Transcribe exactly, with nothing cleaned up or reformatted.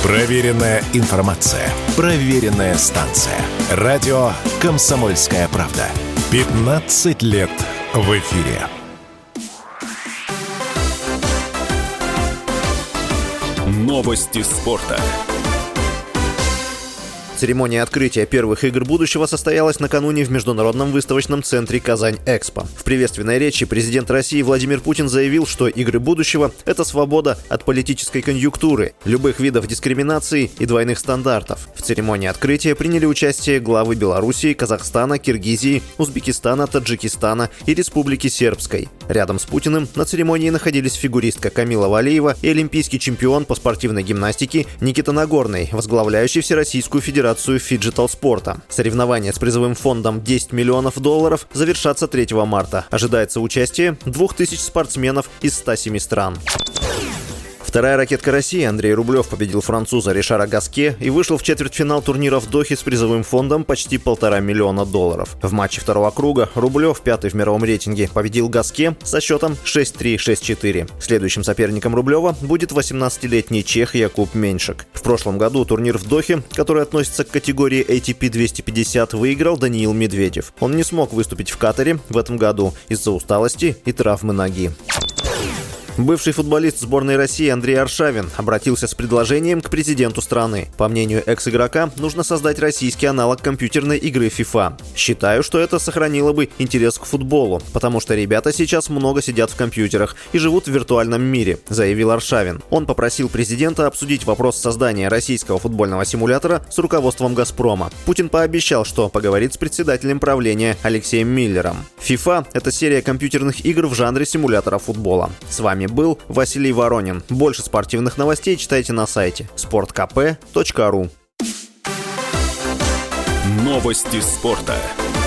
Проверенная информация. Проверенная станция. Радио «Комсомольская правда». пятнадцать лет в эфире. Новости спорта. Церемония открытия первых игр будущего состоялась накануне в Международном выставочном центре «Казань-Экспо». В приветственной речи президент России Владимир Путин заявил, что игры будущего – это свобода от политической конъюнктуры, любых видов дискриминации и двойных стандартов. В церемонии открытия приняли участие главы Белоруссии, Казахстана, Киргизии, Узбекистана, Таджикистана и Республики Сербской. Рядом с Путиным на церемонии находились фигуристка Камила Валиева и олимпийский чемпион по спортивной гимнастике Никита Нагорный, возглавляющий Всероссийскую федерацию фиджитал-спорта. Соревнования с призовым фондом десять миллионов долларов завершатся третьего марта. Ожидается участие двух тысяч спортсменов из ста семи стран. Вторая ракетка России Андрей Рублев победил француза Ришара Гаске и вышел в четвертьфинал турнира в Дохе с призовым фондом почти полтора миллиона долларов. В матче второго круга Рублев, пятый в мировом рейтинге, победил Гаске со счетом шесть три - шесть четыре. Следующим соперником Рублева будет восемнадцатилетний чех Якуб Меньшик. В прошлом году турнир в Дохе, который относится к категории эй ти пи двести пятьдесят, выиграл Даниил Медведев. Он не смог выступить в Катаре в этом году из-за усталости и травмы ноги. Бывший футболист сборной России Андрей Аршавин обратился с предложением к президенту страны. По мнению экс-игрока, нужно создать российский аналог компьютерной игры FIFA. «Считаю, что это сохранило бы интерес к футболу, потому что ребята сейчас много сидят в компьютерах и живут в виртуальном мире», — заявил Аршавин. Он попросил президента обсудить вопрос создания российского футбольного симулятора с руководством «Газпрома». Путин пообещал, что поговорит с председателем правления Алексеем Миллером. FIFA — это серия компьютерных игр в жанре симулятора футбола. С вами был Василий Воронин. Больше спортивных новостей читайте на сайте спорт ка пэ точка ру. Новости спорта.